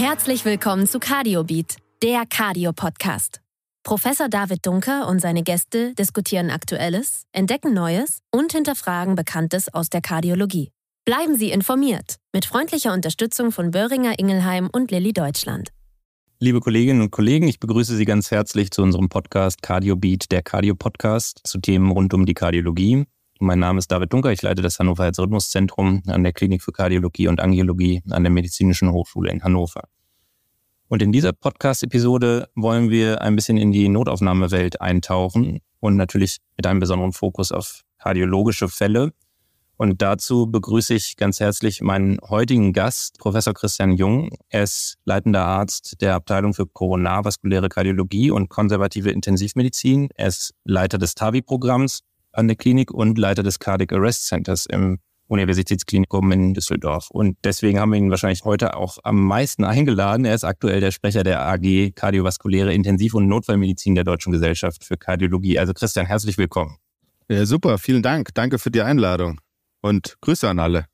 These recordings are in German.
Herzlich willkommen zu CardioBeat, der Cardio-Podcast. Professor David Dunker und seine Gäste diskutieren Aktuelles, entdecken Neues und hinterfragen Bekanntes aus der Kardiologie. Bleiben Sie informiert mit freundlicher Unterstützung von Boehringer Ingelheim und Lilly Deutschland. Liebe Kolleginnen und Kollegen, ich begrüße Sie ganz herzlich zu unserem Podcast CardioBeat, der Cardio-Podcast, zu Themen rund um die Kardiologie. Mein Name ist David Dunker, ich leite das Hannover Herzrhythmuszentrum an der Klinik für Kardiologie und Angiologie an der Medizinischen Hochschule in Hannover. Und in dieser Podcast-Episode wollen wir ein bisschen in die Notaufnahmewelt eintauchen und natürlich mit einem besonderen Fokus auf kardiologische Fälle. Und dazu begrüße ich ganz herzlich meinen heutigen Gast, Professor Christian Jung. Er ist leitender Arzt der Abteilung für koronarvaskuläre Kardiologie und konservative Intensivmedizin. Er ist Leiter des TAVI-Programms an der Klinik und Leiter des Cardiac Arrest Centers im Universitätsklinikum in Düsseldorf. Und deswegen haben wir ihn wahrscheinlich heute auch am meisten eingeladen. Er ist aktuell der Sprecher der AG Kardiovaskuläre Intensiv- und Notfallmedizin der Deutschen Gesellschaft für Kardiologie. Also Christian, herzlich willkommen. Ja, super, vielen Dank. Danke für die Einladung und Grüße an alle.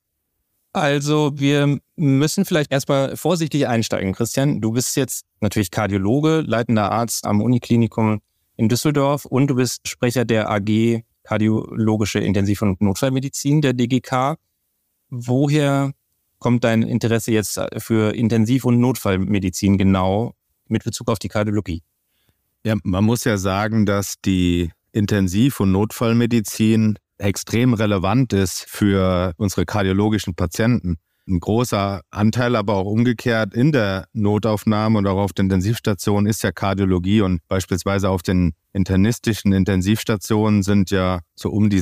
Also wir müssen vielleicht erstmal vorsichtig einsteigen. Christian, du bist jetzt natürlich Kardiologe, leitender Arzt am Uniklinikum in Düsseldorf und du bist Sprecher der AG Kardiologische Intensiv- und Notfallmedizin der DGK. Woher kommt dein Interesse jetzt für Intensiv- und Notfallmedizin genau mit Bezug auf die Kardiologie? Ja, man muss ja sagen, dass die Intensiv- und Notfallmedizin extrem relevant ist für unsere kardiologischen Patienten. Ein großer Anteil, aber auch umgekehrt in der Notaufnahme und auch auf der Intensivstation ist ja Kardiologie, und beispielsweise auf den internistischen Intensivstationen sind ja so um die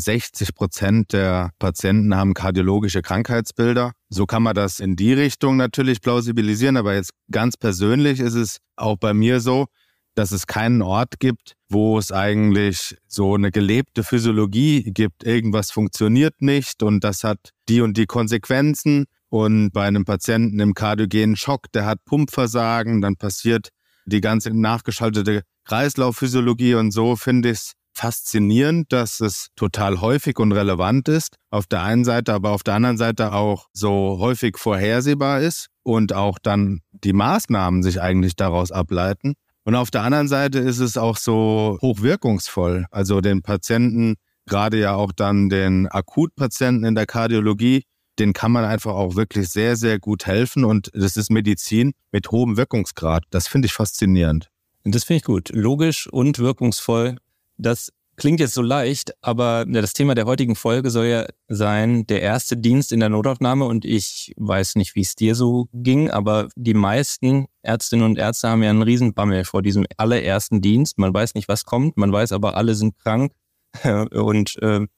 60% der Patienten haben kardiologische Krankheitsbilder. So kann man das in die Richtung natürlich plausibilisieren, aber jetzt ganz persönlich ist es auch bei mir so, dass es keinen Ort gibt, wo es eigentlich so eine gelebte Physiologie gibt. Irgendwas funktioniert nicht und das hat die und die Konsequenzen. Und bei einem Patienten im kardiogenen Schock, der hat Pumpversagen, dann passiert die ganze nachgeschaltete Kreislaufphysiologie, und so finde ich es faszinierend, dass es total häufig und relevant ist. Auf der einen Seite, aber auf der anderen Seite auch so häufig vorhersehbar ist und auch dann die Maßnahmen sich eigentlich daraus ableiten. Und auf der anderen Seite ist es auch so hochwirkungsvoll. Also den Patienten, gerade ja auch dann den Akutpatienten in der Kardiologie, den kann man einfach auch wirklich sehr, sehr gut helfen. Und das ist Medizin mit hohem Wirkungsgrad. Das finde ich faszinierend. Das finde ich gut. Logisch und wirkungsvoll. Das klingt jetzt so leicht, aber das Thema der heutigen Folge soll ja sein, der erste Dienst in der Notaufnahme. Und ich weiß nicht, wie es dir so ging, aber die meisten Ärztinnen und Ärzte haben ja einen riesen Bammel vor diesem allerersten Dienst. Man weiß nicht, was kommt. Man weiß aber, alle sind krank und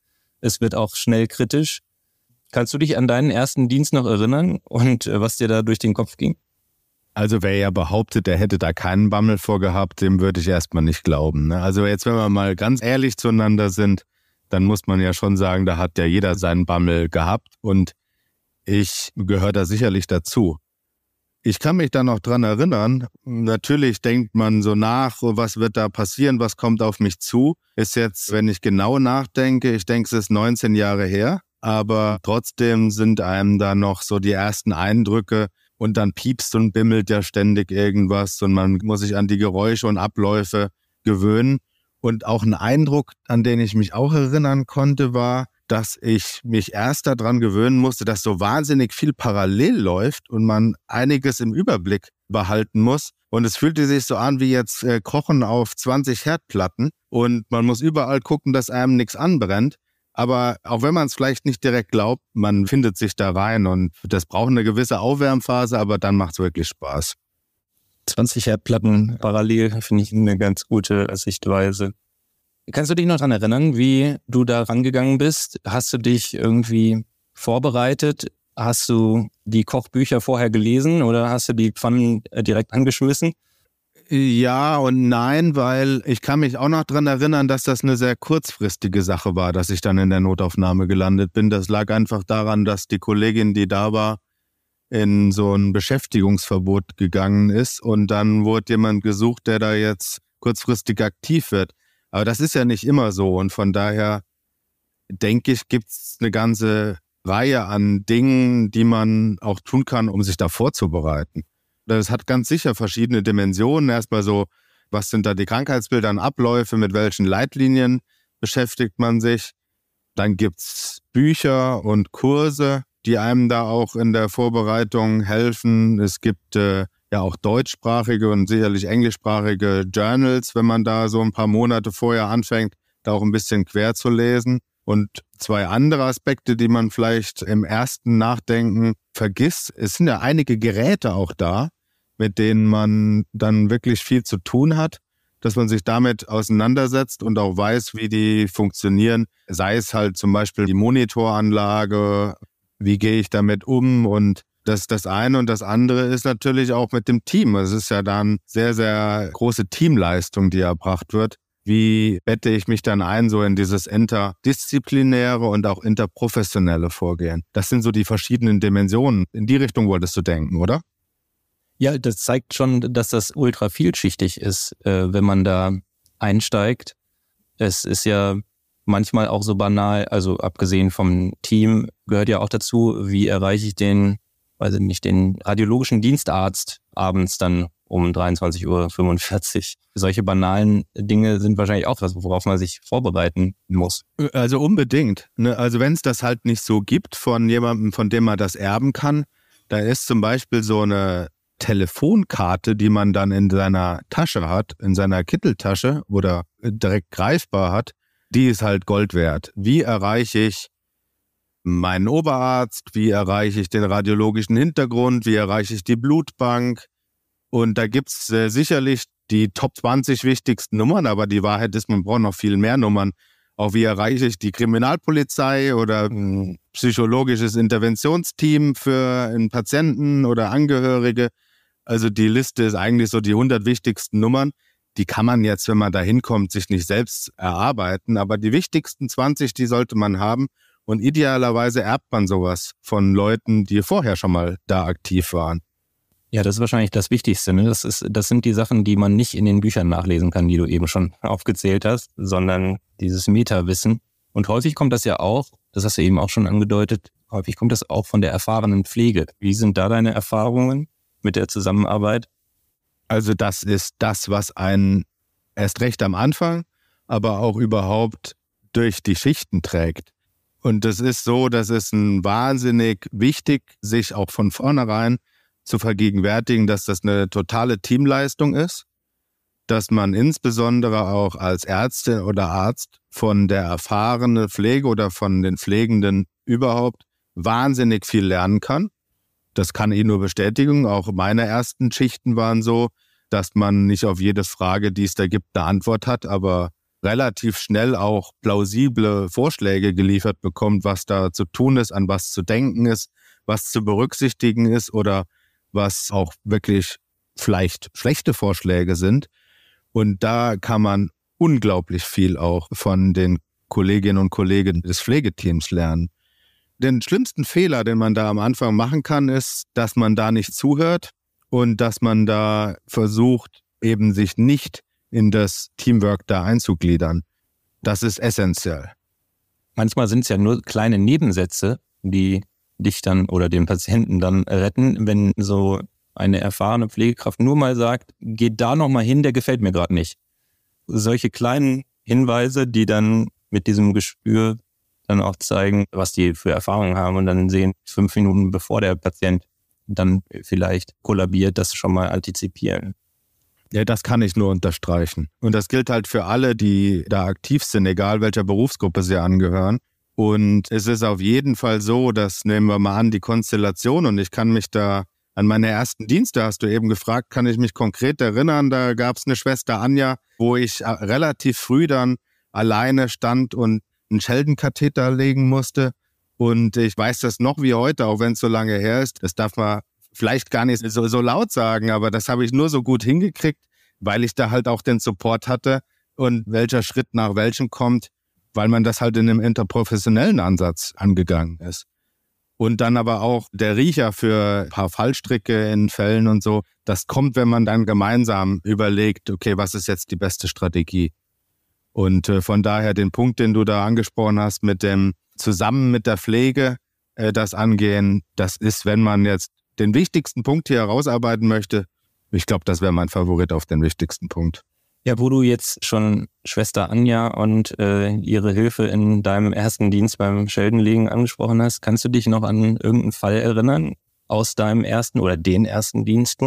es wird auch schnell kritisch. Kannst du dich an deinen ersten Dienst noch erinnern und was dir da durch den Kopf ging? Also wer ja behauptet, er hätte da keinen Bammel vorgehabt, dem würde ich erstmal nicht glauben. Ne? Also jetzt, wenn wir mal ganz ehrlich zueinander sind, dann muss man ja schon sagen, da hat ja jeder seinen Bammel gehabt und ich gehöre da sicherlich dazu. Ich kann mich da noch dran erinnern, natürlich denkt man so nach, was wird da passieren, was kommt auf mich zu. Ist jetzt, wenn ich genau nachdenke, ich denke, es ist 19 Jahre her. Aber trotzdem sind einem da noch so die ersten Eindrücke und dann piepst und bimmelt ja ständig irgendwas und man muss sich an die Geräusche und Abläufe gewöhnen. Und auch ein Eindruck, an den ich mich auch erinnern konnte, war, dass ich mich erst daran gewöhnen musste, dass so wahnsinnig viel parallel läuft und man einiges im Überblick behalten muss. Und es fühlte sich so an wie jetzt Kochen auf 20 Herdplatten und man muss überall gucken, dass einem nichts anbrennt. Aber auch wenn man es vielleicht nicht direkt glaubt, man findet sich da rein und das braucht eine gewisse Aufwärmphase, aber dann macht es wirklich Spaß. 20 Herdplatten parallel finde ich eine ganz gute Sichtweise. Kannst du dich noch daran erinnern, wie du da rangegangen bist? Hast du dich irgendwie vorbereitet? Hast du die Kochbücher vorher gelesen oder hast du die Pfannen direkt angeschmissen? Ja und nein, weil ich kann mich auch noch daran erinnern, dass das eine sehr kurzfristige Sache war, dass ich dann in der Notaufnahme gelandet bin. Das lag einfach daran, dass die Kollegin, die da war, in so ein Beschäftigungsverbot gegangen ist und dann wurde jemand gesucht, der da jetzt kurzfristig aktiv wird. Aber das ist ja nicht immer so und von daher denke ich, gibt es eine ganze Reihe an Dingen, die man auch tun kann, um sich da vorzubereiten. Das hat ganz sicher verschiedene Dimensionen. Erstmal so, was sind da die Krankheitsbilder und Abläufe, mit welchen Leitlinien beschäftigt man sich. Dann gibt's Bücher und Kurse, die einem da auch in der Vorbereitung helfen. Es gibt ja auch deutschsprachige und sicherlich englischsprachige Journals, wenn man da so ein paar Monate vorher anfängt, da auch ein bisschen quer zu lesen. Und 2 andere Aspekte, die man vielleicht im ersten Nachdenken vergisst. Es sind ja einige Geräte auch da, mit denen man dann wirklich viel zu tun hat, dass man sich damit auseinandersetzt und auch weiß, wie die funktionieren. Sei es halt zum Beispiel die Monitoranlage, wie gehe ich damit um, und das ist das eine. Und das andere ist natürlich auch mit dem Team. Es ist ja dann sehr, sehr große Teamleistung, die erbracht wird. Wie bette ich mich dann ein, so in dieses interdisziplinäre und auch interprofessionelle Vorgehen? Das sind so die verschiedenen Dimensionen. In die Richtung wolltest du denken, oder? Ja, das zeigt schon, dass das ultra vielschichtig ist, wenn man da einsteigt. Es ist ja manchmal auch so banal, also abgesehen vom Team gehört ja auch dazu, wie erreiche ich den radiologischen Dienstarzt abends dann um 23:45 Uhr. Solche banalen Dinge sind wahrscheinlich auch was, worauf man sich vorbereiten muss. Also unbedingt. Ne? Also wenn es das halt nicht so gibt von jemandem, von dem man das erben kann, da ist zum Beispiel so eine Telefonkarte, die man dann in seiner Tasche hat, in seiner Kitteltasche oder direkt greifbar hat, die ist halt Gold wert. Wie erreiche ich meinen Oberarzt? Wie erreiche ich den radiologischen Hintergrund? Wie erreiche ich die Blutbank? Und da gibt's sicherlich die Top 20 wichtigsten Nummern, aber die Wahrheit ist, man braucht noch viel mehr Nummern. Auch wie erreiche ich die Kriminalpolizei oder ein psychologisches Interventionsteam für einen Patienten oder Angehörige. Also die Liste ist eigentlich so die 100 wichtigsten Nummern. Die kann man jetzt, wenn man da hinkommt, sich nicht selbst erarbeiten. Aber die wichtigsten 20, die sollte man haben. Und idealerweise erbt man sowas von Leuten, die vorher schon mal da aktiv waren. Ja, das ist wahrscheinlich das Wichtigste. Ne? Das sind die Sachen, die man nicht in den Büchern nachlesen kann, die du eben schon aufgezählt hast, sondern dieses Metawissen. Und häufig kommt das ja auch, das hast du eben auch schon angedeutet, häufig kommt das auch von der erfahrenen Pflege. Wie sind da deine Erfahrungen mit der Zusammenarbeit? Also das ist das, was einen erst recht am Anfang, aber auch überhaupt durch die Schichten trägt. Und es ist so, dass es wahnsinnig wichtig, sich auch von vornherein zu vergegenwärtigen, dass das eine totale Teamleistung ist, dass man insbesondere auch als Ärztin oder Arzt von der erfahrenen Pflege oder von den Pflegenden überhaupt wahnsinnig viel lernen kann. Das kann ich nur bestätigen. Auch meine ersten Schichten waren so, dass man nicht auf jede Frage, die es da gibt, eine Antwort hat, aber relativ schnell auch plausible Vorschläge geliefert bekommt, was da zu tun ist, an was zu denken ist, was zu berücksichtigen ist oder was auch wirklich vielleicht schlechte Vorschläge sind. Und da kann man unglaublich viel auch von den Kolleginnen und Kollegen des Pflegeteams lernen. Den schlimmsten Fehler, den man da am Anfang machen kann, ist, dass man da nicht zuhört und dass man da versucht, eben sich nicht in das Teamwork da einzugliedern. Das ist essentiell. Manchmal sind es ja nur kleine Nebensätze, die dich dann oder den Patienten dann retten, wenn so eine erfahrene Pflegekraft nur mal sagt, geht da nochmal hin, der gefällt mir gerade nicht. Solche kleinen Hinweise, die dann mit diesem Gespür dann auch zeigen, was die für Erfahrungen haben und dann sehen, 5 Minuten bevor der Patient dann vielleicht kollabiert, das schon mal antizipieren. Ja, das kann ich nur unterstreichen. Und das gilt halt für alle, die da aktiv sind, egal welcher Berufsgruppe sie angehören. Und es ist auf jeden Fall so, dass, nehmen wir mal an, die Konstellation, und ich kann mich da an meine ersten Dienste, hast du eben gefragt, kann ich mich konkret erinnern, da gab es eine Schwester Anja, wo ich relativ früh dann alleine stand und einen Sheldon-Katheter legen musste. Und ich weiß das noch wie heute, auch wenn es so lange her ist. Das darf man vielleicht gar nicht so laut sagen, aber das habe ich nur so gut hingekriegt, weil ich da halt auch den Support hatte und welcher Schritt nach welchem kommt, weil man das halt in einem interprofessionellen Ansatz angegangen ist. Und dann aber auch der Riecher für ein paar Fallstricke in Fällen und so, das kommt, wenn man dann gemeinsam überlegt, okay, was ist jetzt die beste Strategie? Und von daher den Punkt, den du da angesprochen hast, mit dem zusammen mit der Pflege das angehen, das ist, wenn man jetzt den wichtigsten Punkt hier herausarbeiten möchte, ich glaube, das wäre mein Favorit auf den wichtigsten Punkt. Ja, wo du jetzt schon Schwester Anja und ihre Hilfe in deinem ersten Dienst beim Scheldenlegen angesprochen hast, kannst du dich noch an irgendeinen Fall erinnern aus deinem ersten oder den ersten Diensten?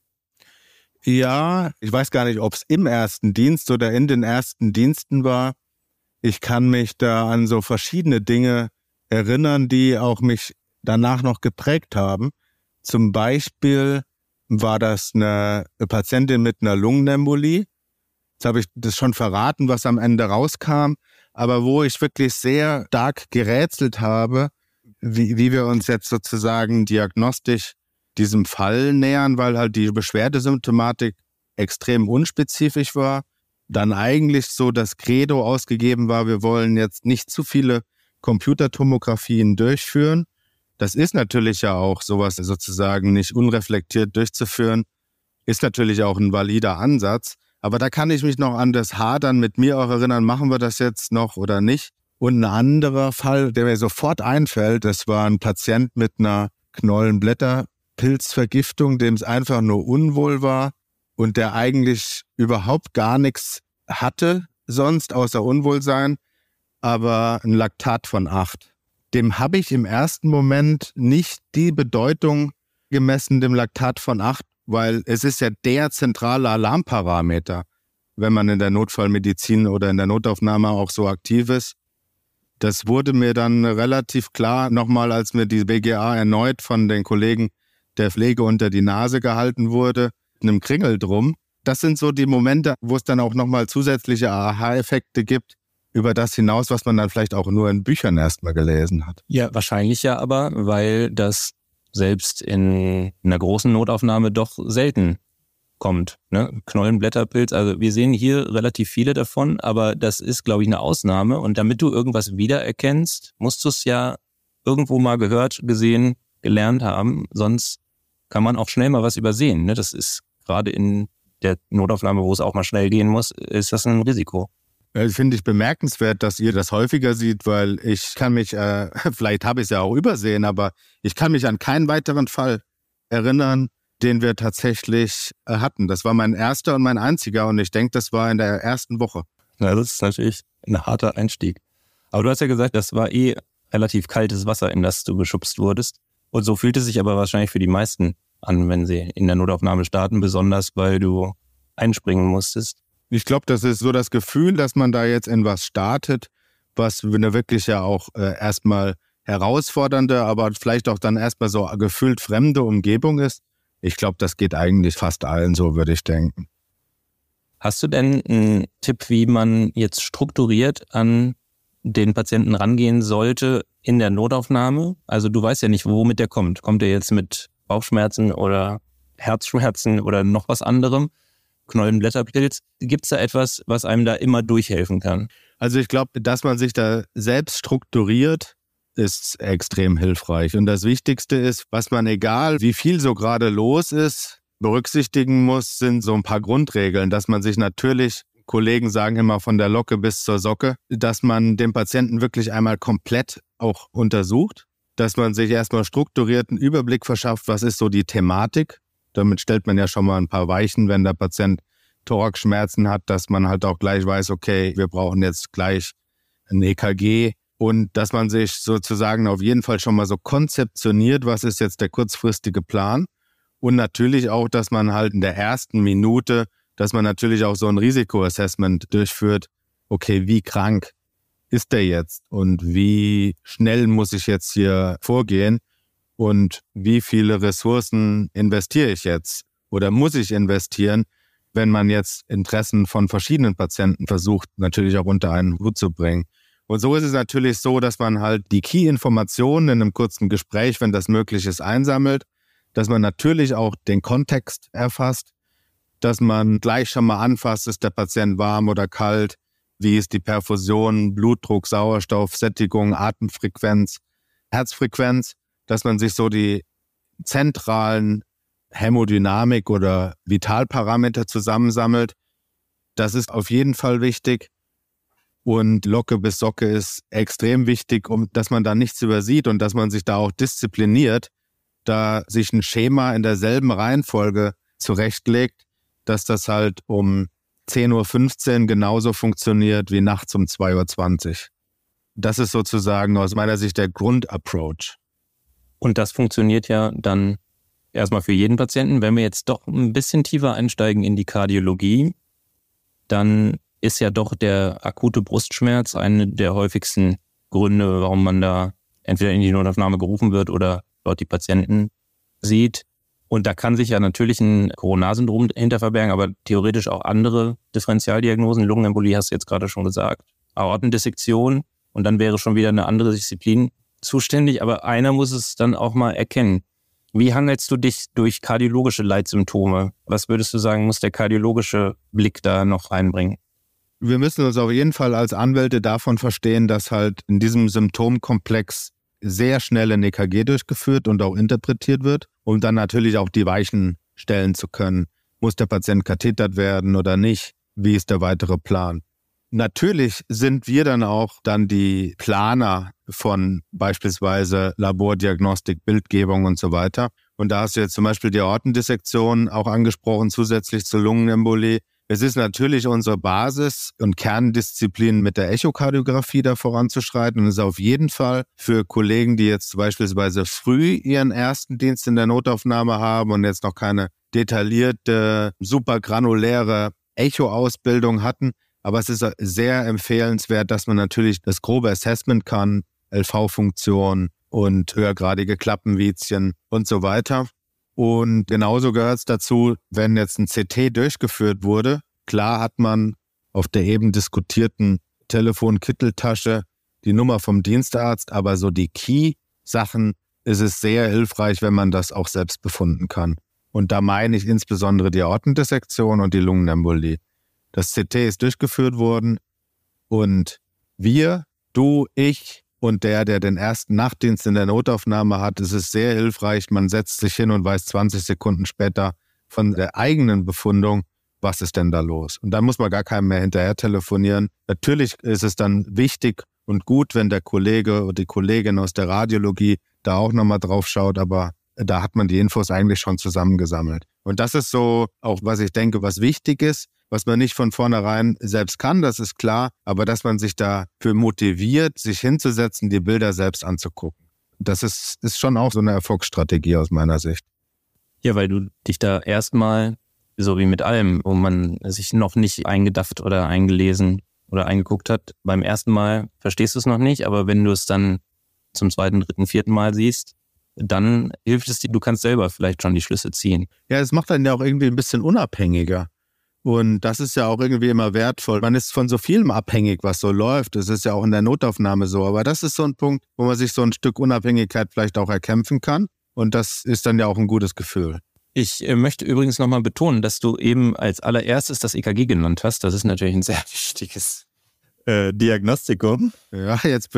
Ja, ich weiß gar nicht, ob es im ersten Dienst oder in den ersten Diensten war. Ich kann mich da an so verschiedene Dinge erinnern, die auch mich danach noch geprägt haben. Zum Beispiel war das eine Patientin mit einer Lungenembolie. Jetzt habe ich das schon verraten, was am Ende rauskam, aber wo ich wirklich sehr stark gerätselt habe, wie wir uns jetzt sozusagen diagnostisch diesem Fall nähern, weil halt die Beschwerdesymptomatik extrem unspezifisch war. Dann eigentlich so das Credo ausgegeben war, wir wollen jetzt nicht zu viele Computertomographien durchführen. Das ist natürlich ja auch sowas sozusagen nicht unreflektiert durchzuführen, ist natürlich auch ein valider Ansatz. Aber da kann ich mich noch an das Hadern mit mir auch erinnern, machen wir das jetzt noch oder nicht. Und ein anderer Fall, der mir sofort einfällt, das war ein Patient mit einer Knollenblätterpilzvergiftung, dem es einfach nur unwohl war und der eigentlich überhaupt gar nichts hatte, sonst außer Unwohlsein, aber ein Laktat von 8. Dem habe ich im ersten Moment nicht die Bedeutung gemessen, dem Laktat von 8, weil es ist ja der zentrale Alarmparameter, wenn man in der Notfallmedizin oder in der Notaufnahme auch so aktiv ist. Das wurde mir dann relativ klar, nochmal als mir die BGA erneut von den Kollegen der Pflege unter die Nase gehalten wurde, mit einem Kringel drum. Das sind so die Momente, wo es dann auch nochmal zusätzliche Aha-Effekte gibt, über das hinaus, was man dann vielleicht auch nur in Büchern erstmal gelesen hat. Ja, wahrscheinlich ja aber, weil das selbst in einer großen Notaufnahme doch selten kommt. Ne? Knollenblätterpilz, also wir sehen hier relativ viele davon, aber das ist, glaube ich, eine Ausnahme. Und damit du irgendwas wiedererkennst, musst du es ja irgendwo mal gehört, gesehen, gelernt haben. Sonst kann man auch schnell mal was übersehen. Ne? Das ist gerade in der Notaufnahme, wo es auch mal schnell gehen muss, ist das ein Risiko. Finde ich bemerkenswert, dass ihr das häufiger seht, weil ich kann mich, vielleicht habe ich es ja auch übersehen, aber ich kann mich an keinen weiteren Fall erinnern, den wir tatsächlich hatten. Das war mein erster und mein einziger und ich denke, das war in der ersten Woche. Ja, das ist natürlich ein harter Einstieg. Aber du hast ja gesagt, das war relativ kaltes Wasser, in das du geschubst wurdest. Und so fühlt es sich aber wahrscheinlich für die meisten an, wenn sie in der Notaufnahme starten, besonders weil du einspringen musstest. Ich glaube, das ist so das Gefühl, dass man da jetzt in was startet, was eine wirklich ja auch erstmal herausfordernde, aber vielleicht auch dann erstmal so gefühlt fremde Umgebung ist. Ich glaube, das geht eigentlich fast allen so, würde ich denken. Hast du denn einen Tipp, wie man jetzt strukturiert an den Patienten rangehen sollte in der Notaufnahme? Also du weißt ja nicht, womit der kommt. Kommt er jetzt mit Bauchschmerzen oder Herzschmerzen oder noch was anderem? Knollenblätterpilz. Gibt es da etwas, was einem da immer durchhelfen kann? Also ich glaube, dass man sich da selbst strukturiert, ist extrem hilfreich. Und das Wichtigste ist, was man, egal wie viel so gerade los ist, berücksichtigen muss, sind so ein paar Grundregeln, dass man sich natürlich, Kollegen sagen immer von der Locke bis zur Socke, dass man den Patienten wirklich einmal komplett auch untersucht, dass man sich erstmal strukturierten Überblick verschafft, was ist so die Thematik. Damit stellt man ja schon mal ein paar Weichen, wenn der Patient Thoraxschmerzen hat, dass man halt auch gleich weiß, okay, wir brauchen jetzt gleich ein EKG und dass man sich sozusagen auf jeden Fall schon mal so konzeptioniert, was ist jetzt der kurzfristige Plan und natürlich auch, dass man halt in der ersten Minute, dass man natürlich auch so ein Risikoassessment durchführt, okay, wie krank ist der jetzt und wie schnell muss ich jetzt hier vorgehen? Und wie viele Ressourcen investiere ich jetzt oder muss ich investieren, wenn man jetzt Interessen von verschiedenen Patienten versucht, natürlich auch unter einen Hut zu bringen. Und so ist es natürlich so, dass man halt die Key-Informationen in einem kurzen Gespräch, wenn das möglich ist, einsammelt, dass man natürlich auch den Kontext erfasst, dass man gleich schon mal anfasst, ist der Patient warm oder kalt, wie ist die Perfusion, Blutdruck, Sauerstoff, Sättigung, Atemfrequenz, Herzfrequenz, dass man sich so die zentralen Hämodynamik- oder Vitalparameter zusammensammelt. Das ist auf jeden Fall wichtig. Und Locke bis Socke ist extrem wichtig, dass man da nichts übersieht und dass man sich da auch diszipliniert, da sich ein Schema in derselben Reihenfolge zurechtlegt, dass das halt um 10.15 Uhr genauso funktioniert wie nachts um 2.20 Uhr. Das ist sozusagen aus meiner Sicht der Grundapproach. Und das funktioniert ja dann erstmal für jeden Patienten. Wenn wir jetzt doch ein bisschen tiefer einsteigen in die Kardiologie, dann ist ja doch der akute Brustschmerz eine der häufigsten Gründe, warum man da entweder in die Notaufnahme gerufen wird oder dort die Patienten sieht. Und da kann sich ja natürlich ein Coronarsyndrom hinter verbergen, aber theoretisch auch andere Differentialdiagnosen. Lungenembolie hast du jetzt gerade schon gesagt. Aortendissektion und dann wäre schon wieder eine andere Disziplin zuständig, aber einer muss es dann auch mal erkennen. Wie hangelst du dich durch kardiologische Leitsymptome? Was würdest du sagen, muss der kardiologische Blick da noch reinbringen? Wir müssen uns auf jeden Fall als Anwälte davon verstehen, dass halt in diesem Symptomkomplex sehr schnell ein EKG durchgeführt und auch interpretiert wird, um dann natürlich auch die Weichen stellen zu können. Muss der Patient kathetert werden oder nicht? Wie ist der weitere Plan? Natürlich sind wir dann auch die Planer von beispielsweise Labordiagnostik, Bildgebung und so weiter. Und da hast du jetzt zum Beispiel die Aortendissektion auch angesprochen, zusätzlich zur Lungenembolie. Es ist natürlich unsere Basis und Kerndisziplin mit der Echokardiographie da voranzuschreiten. Und es ist auf jeden Fall für Kollegen, die jetzt beispielsweise früh ihren ersten Dienst in der Notaufnahme haben und jetzt noch keine detaillierte, supergranuläre Echo-Ausbildung hatten. Aber es ist sehr empfehlenswert, dass man natürlich das grobe Assessment kann, LV-Funktion und höhergradige Klappenvizien und so weiter. Und genauso gehört es dazu, wenn jetzt ein CT durchgeführt wurde. Klar hat man auf der eben diskutierten Telefonkitteltasche die Nummer vom Dienstarzt, aber so die Key-Sachen ist es sehr hilfreich, wenn man das auch selbst befunden kann. Und da meine ich insbesondere die Aortendissektion und die Lungenembolie. Das CT ist durchgeführt worden und wir, du, ich und der den ersten Nachtdienst in der Notaufnahme hat, es ist sehr hilfreich. Man setzt sich hin und weiß 20 Sekunden später von der eigenen Befundung, was ist denn da los? Und dann muss man gar keinem mehr hinterher telefonieren. Natürlich ist es dann wichtig und gut, wenn der Kollege oder die Kollegin aus der Radiologie da auch nochmal drauf schaut, aber da hat man die Infos eigentlich schon zusammengesammelt. Und das ist so auch, was ich denke, was wichtig ist, was man nicht von vornherein selbst kann, das ist klar, aber dass man sich dafür motiviert, sich hinzusetzen, die Bilder selbst anzugucken. Das ist schon auch so eine Erfolgsstrategie aus meiner Sicht. Ja, weil du dich da erstmal, so wie mit allem, wo man sich noch nicht eingedafft oder eingelesen oder eingeguckt hat, beim ersten Mal verstehst du es noch nicht, aber wenn du es dann zum zweiten, dritten, vierten Mal siehst, dann hilft es dir, du kannst selber vielleicht schon die Schlüsse ziehen. Ja, es macht einen ja auch irgendwie ein bisschen unabhängiger. Und das ist ja auch irgendwie immer wertvoll. Man ist von so vielem abhängig, was so läuft. Es ist ja auch in der Notaufnahme so. Aber das ist so ein Punkt, wo man sich so ein Stück Unabhängigkeit vielleicht auch erkämpfen kann. Und das ist dann ja auch ein gutes Gefühl. Ich möchte übrigens nochmal betonen, dass du eben als allererstes das EKG genannt hast. Das ist natürlich ein sehr wichtiges Diagnostikum. Ja,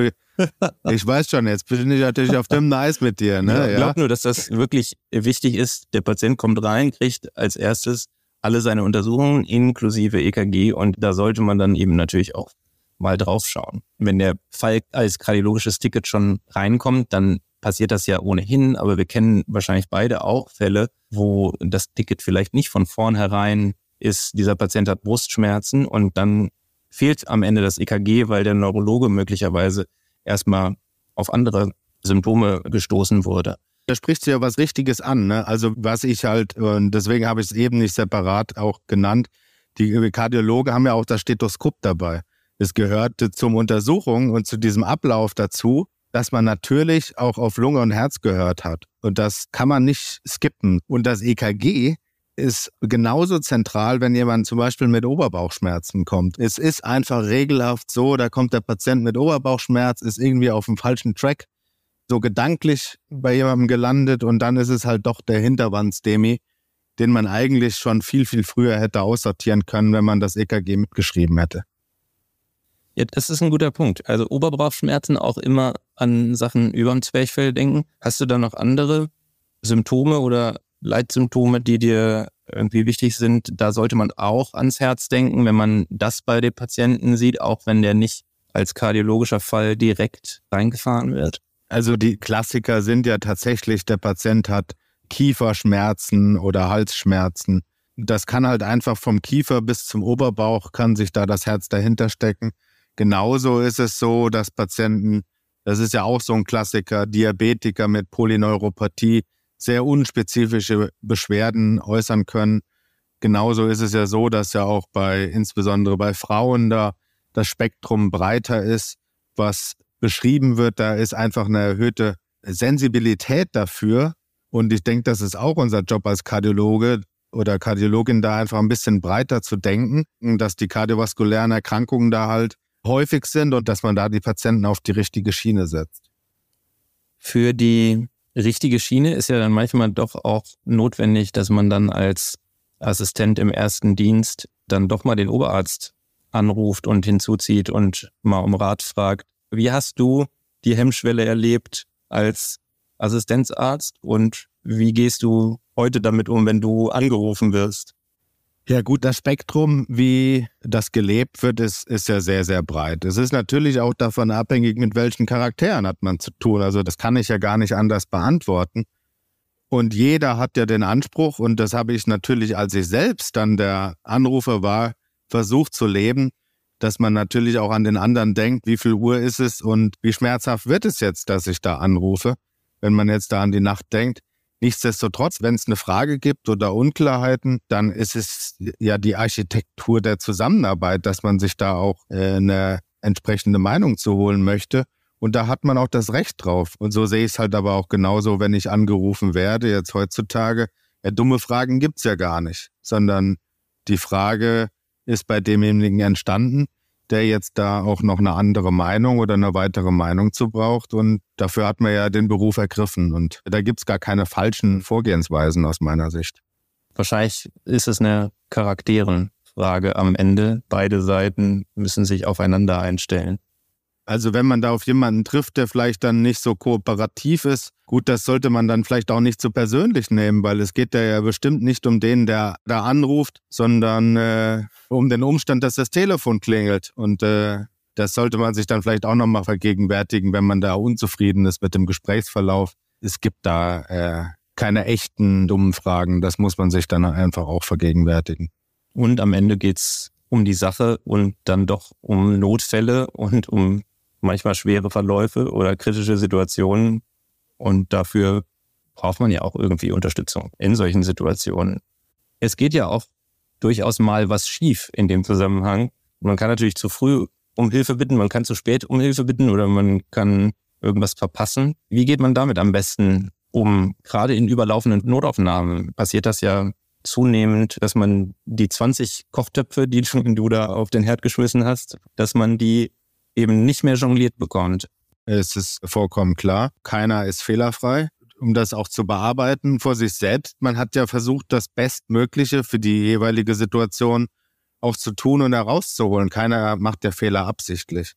ich weiß schon, jetzt bin ich natürlich auf dem Eis mit dir. Ne? Ja, ich glaube nur, dass das wirklich wichtig ist. Der Patient kommt rein, kriegt als erstes alle seine Untersuchungen inklusive EKG und da sollte man dann eben natürlich auch mal drauf schauen. Wenn der Fall als kardiologisches Ticket schon reinkommt, dann passiert das ja ohnehin, aber wir kennen wahrscheinlich beide auch Fälle, wo das Ticket vielleicht nicht von vornherein ist, dieser Patient hat Brustschmerzen und dann fehlt am Ende das EKG, weil der Neurologe möglicherweise erstmal auf andere Symptome gestoßen wurde. Da sprichst du ja was Richtiges an, ne? Also was ich halt, und deswegen habe ich es eben nicht separat auch genannt, die Kardiologen haben ja auch das Stethoskop dabei. Es gehörte zum Untersuchung und zu diesem Ablauf dazu, dass man natürlich auch auf Lunge und Herz gehört hat. Und das kann man nicht skippen. Und das EKG ist genauso zentral, wenn jemand zum Beispiel mit Oberbauchschmerzen kommt. Es ist einfach regelhaft so, da kommt der Patient mit Oberbauchschmerz, ist irgendwie auf dem falschen Track, so gedanklich bei jemandem gelandet und dann ist es halt doch der Hinterwandsdemi, den man eigentlich schon viel, viel früher hätte aussortieren können, wenn man das EKG mitgeschrieben hätte. Ja, das ist ein guter Punkt. Also Oberbauchschmerzen auch immer an Sachen über dem Zwerchfell denken. Hast du da noch andere Symptome oder Leitsymptome, die dir irgendwie wichtig sind? Da sollte man auch ans Herz denken, wenn man das bei den Patienten sieht, auch wenn der nicht als kardiologischer Fall direkt reingefahren wird. Also die Klassiker sind ja tatsächlich, der Patient hat Kieferschmerzen oder Halsschmerzen. Das kann halt einfach vom Kiefer bis zum Oberbauch, kann sich da das Herz dahinter stecken. Genauso ist es so, dass Patienten, das ist ja auch so ein Klassiker, Diabetiker mit Polyneuropathie, sehr unspezifische Beschwerden äußern können. Genauso ist es ja so, dass ja auch insbesondere bei Frauen da das Spektrum breiter ist, was beschrieben wird. Da ist einfach eine erhöhte Sensibilität dafür. Und ich denke, das ist auch unser Job als Kardiologe oder Kardiologin, da einfach ein bisschen breiter zu denken, dass die kardiovaskulären Erkrankungen da halt häufig sind und dass man da die Patienten auf die richtige Schiene setzt. Für die richtige Schiene ist ja dann manchmal doch auch notwendig, dass man dann als Assistent im ersten Dienst dann doch mal den Oberarzt anruft und hinzuzieht und mal um Rat fragt. Wie hast du die Hemmschwelle erlebt als Assistenzarzt und wie gehst du heute damit um, wenn du angerufen wirst? Ja gut, das Spektrum, wie das gelebt wird, ist ja sehr, sehr breit. Es ist natürlich auch davon abhängig, mit welchen Charakteren hat man zu tun. Also das kann ich ja gar nicht anders beantworten. Und jeder hat ja den Anspruch, und das habe ich natürlich, als ich selbst dann der Anrufer war, versucht zu leben, dass man natürlich auch an den anderen denkt, wie viel Uhr ist es und wie schmerzhaft wird es jetzt, dass ich da anrufe, wenn man jetzt da an die Nacht denkt. Nichtsdestotrotz, wenn es eine Frage gibt oder Unklarheiten, dann ist es ja die Architektur der Zusammenarbeit, dass man sich da auch eine entsprechende Meinung zu holen möchte. Und da hat man auch das Recht drauf. Und so sehe ich es halt aber auch genauso, wenn ich angerufen werde, jetzt heutzutage. Ja, dumme Fragen gibt's ja gar nicht, sondern die Frage ist bei demjenigen entstanden, der jetzt da auch noch eine andere Meinung oder eine weitere Meinung zu braucht. Und dafür hat man ja den Beruf ergriffen. Und da gibt's gar keine falschen Vorgehensweisen aus meiner Sicht. Wahrscheinlich ist es eine Charakterenfrage am Ende. Beide Seiten müssen sich aufeinander einstellen. Also wenn man da auf jemanden trifft, der vielleicht dann nicht so kooperativ ist, gut, das sollte man dann vielleicht auch nicht so persönlich nehmen, weil es geht ja bestimmt nicht um den, der da anruft, sondern um den Umstand, dass das Telefon klingelt. Und das sollte man sich dann vielleicht auch nochmal vergegenwärtigen, wenn man da unzufrieden ist mit dem Gesprächsverlauf. Es gibt da keine echten dummen Fragen, das muss man sich dann einfach auch vergegenwärtigen. Und am Ende geht's um die Sache und dann doch um Notfälle und um manchmal schwere Verläufe oder kritische Situationen. Und dafür braucht man ja auch irgendwie Unterstützung in solchen Situationen. Es geht ja auch durchaus mal was schief in dem Zusammenhang. Man kann natürlich zu früh um Hilfe bitten, man kann zu spät um Hilfe bitten oder man kann irgendwas verpassen. Wie geht man damit am besten um? Gerade in überlaufenden Notaufnahmen passiert das ja zunehmend, dass man die 20 Kochtöpfe, die du da auf den Herd geschmissen hast, dass man die eben nicht mehr jongliert bekommt. Es ist vollkommen klar, keiner ist fehlerfrei, um das auch zu bearbeiten vor sich selbst. Man hat ja versucht, das Bestmögliche für die jeweilige Situation auch zu tun und herauszuholen. Keiner macht ja Fehler absichtlich.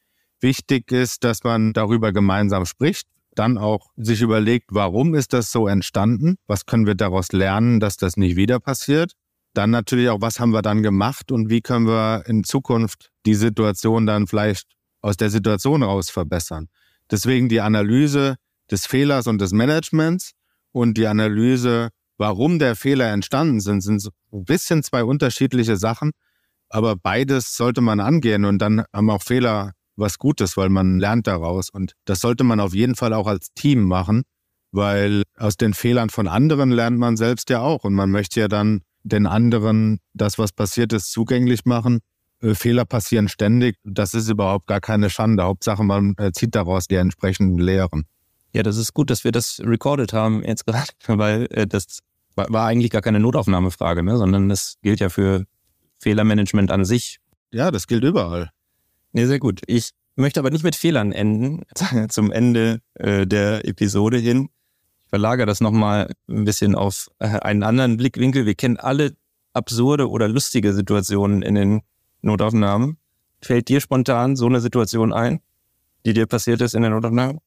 Wichtig ist, dass man darüber gemeinsam spricht, dann auch sich überlegt, warum ist das so entstanden? Was können wir daraus lernen, dass das nicht wieder passiert? Dann natürlich auch, was haben wir dann gemacht und wie können wir in Zukunft die Situation dann vielleicht aus der Situation raus verbessern. Deswegen die Analyse des Fehlers und des Managements und die Analyse, warum der Fehler entstanden sind so ein bisschen zwei unterschiedliche Sachen, aber beides sollte man angehen und dann haben auch Fehler was Gutes, weil man lernt daraus und das sollte man auf jeden Fall auch als Team machen, weil aus den Fehlern von anderen lernt man selbst ja auch und man möchte ja dann den anderen das, was passiert ist, zugänglich machen. Fehler passieren ständig, das ist überhaupt gar keine Schande. Hauptsache, man zieht daraus die entsprechenden Lehren. Ja, das ist gut, dass wir das recorded haben jetzt gerade, weil das war eigentlich gar keine Notaufnahmefrage, ne, sondern das gilt ja für Fehlermanagement an sich. Ja, das gilt überall. Nee, sehr gut. Ich möchte aber nicht mit Fehlern enden, zum Ende der Episode hin. Ich verlagere das nochmal ein bisschen auf einen anderen Blickwinkel. Wir kennen alle absurde oder lustige Situationen in den Notaufnahmen. Fällt dir spontan so eine Situation ein, die dir passiert ist in der Notaufnahme?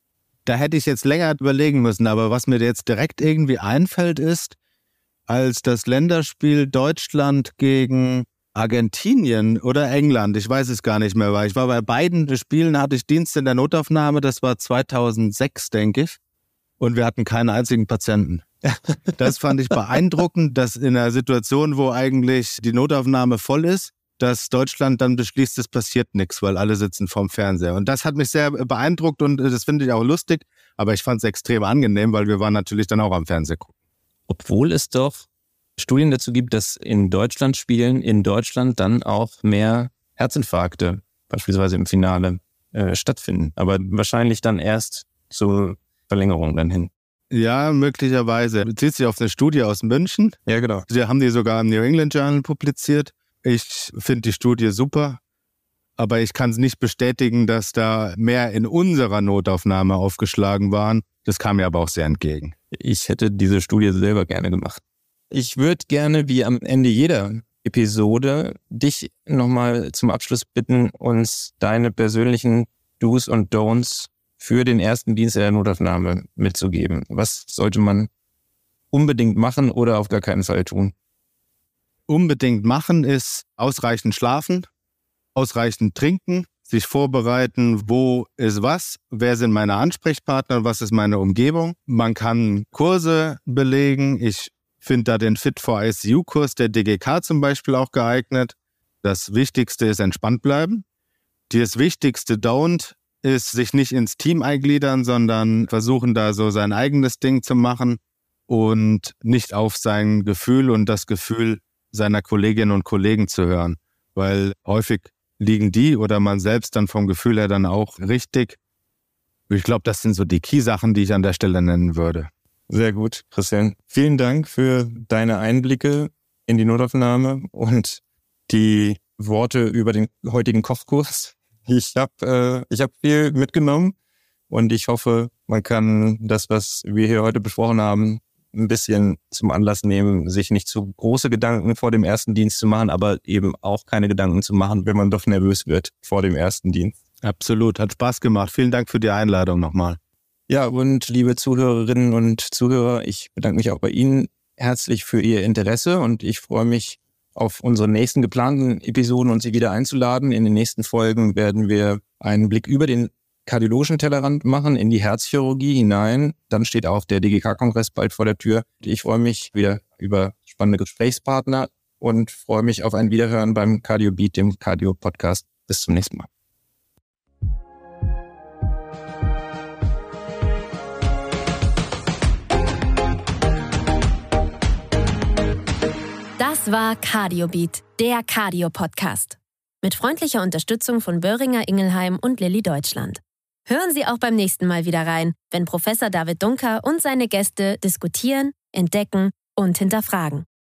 Da hätte ich jetzt länger überlegen müssen, aber was mir jetzt direkt irgendwie einfällt ist, als das Länderspiel Deutschland gegen Argentinien oder England, ich weiß es gar nicht mehr, weil ich war bei beiden Spielen, hatte ich Dienst in der Notaufnahme, das war 2006, denke ich, und wir hatten keinen einzigen Patienten. Das fand ich beeindruckend, dass in einer Situation, wo eigentlich die Notaufnahme voll ist, dass Deutschland dann beschließt, es passiert nichts, weil alle sitzen vorm Fernseher. Und das hat mich sehr beeindruckt und das finde ich auch lustig, aber ich fand es extrem angenehm, weil wir waren natürlich dann auch am Fernsehen gucken. Obwohl es doch Studien dazu gibt, dass in Deutschland Spielen, in Deutschland dann auch mehr Herzinfarkte, beispielsweise im Finale, stattfinden. Aber wahrscheinlich dann erst zur Verlängerung dann hin. Ja, möglicherweise. Bezieht sich auf eine Studie aus München. Ja, genau. Sie haben die sogar im New England Journal publiziert. Ich finde die Studie super, aber ich kann es nicht bestätigen, dass da mehr in unserer Notaufnahme aufgeschlagen waren. Das kam mir aber auch sehr entgegen. Ich hätte diese Studie selber gerne gemacht. Ich würde gerne, wie am Ende jeder Episode, dich nochmal zum Abschluss bitten, uns deine persönlichen Do's und Don'ts für den ersten Dienst in der Notaufnahme mitzugeben. Was sollte man unbedingt machen oder auf gar keinen Fall tun? Unbedingt machen ist ausreichend schlafen, ausreichend trinken, sich vorbereiten, wo ist was, wer sind meine Ansprechpartner, was ist meine Umgebung. Man kann Kurse belegen. Ich finde da den Fit for ICU-Kurs der DGK zum Beispiel auch geeignet. Das Wichtigste ist entspannt bleiben. Das wichtigste Don't ist, sich nicht ins Team eingliedern, sondern versuchen da so sein eigenes Ding zu machen und nicht auf sein Gefühl und das Gefühl seiner Kolleginnen und Kollegen zu hören. Weil häufig liegen die oder man selbst dann vom Gefühl her dann auch richtig. Ich glaube, das sind so die Key-Sachen, die ich an der Stelle nennen würde. Sehr gut, Christian. Vielen Dank für deine Einblicke in die Notaufnahme und die Worte über den heutigen Kochkurs. Ich habe viel mitgenommen und ich hoffe, man kann das, was wir hier heute besprochen haben, ein bisschen zum Anlass nehmen, sich nicht zu große Gedanken vor dem ersten Dienst zu machen, aber eben auch keine Gedanken zu machen, wenn man doch nervös wird vor dem ersten Dienst. Absolut, hat Spaß gemacht. Vielen Dank für die Einladung nochmal. Ja, und liebe Zuhörerinnen und Zuhörer, ich bedanke mich auch bei Ihnen herzlich für Ihr Interesse und ich freue mich auf unsere nächsten geplanten Episoden und Sie wieder einzuladen. In den nächsten Folgen werden wir einen Blick über den kardiologischen Tellerrand machen, in die Herzchirurgie hinein. Dann steht auch der DGK-Kongress bald vor der Tür. Ich freue mich wieder über spannende Gesprächspartner und freue mich auf ein Wiederhören beim Cardio Beat, dem Cardio-Podcast. Bis zum nächsten Mal. Das war Cardio Beat, der Cardio-Podcast. Mit freundlicher Unterstützung von Boehringer Ingelheim und Lilly Deutschland. Hören Sie auch beim nächsten Mal wieder rein, wenn Professor David Dunker und seine Gäste diskutieren, entdecken und hinterfragen.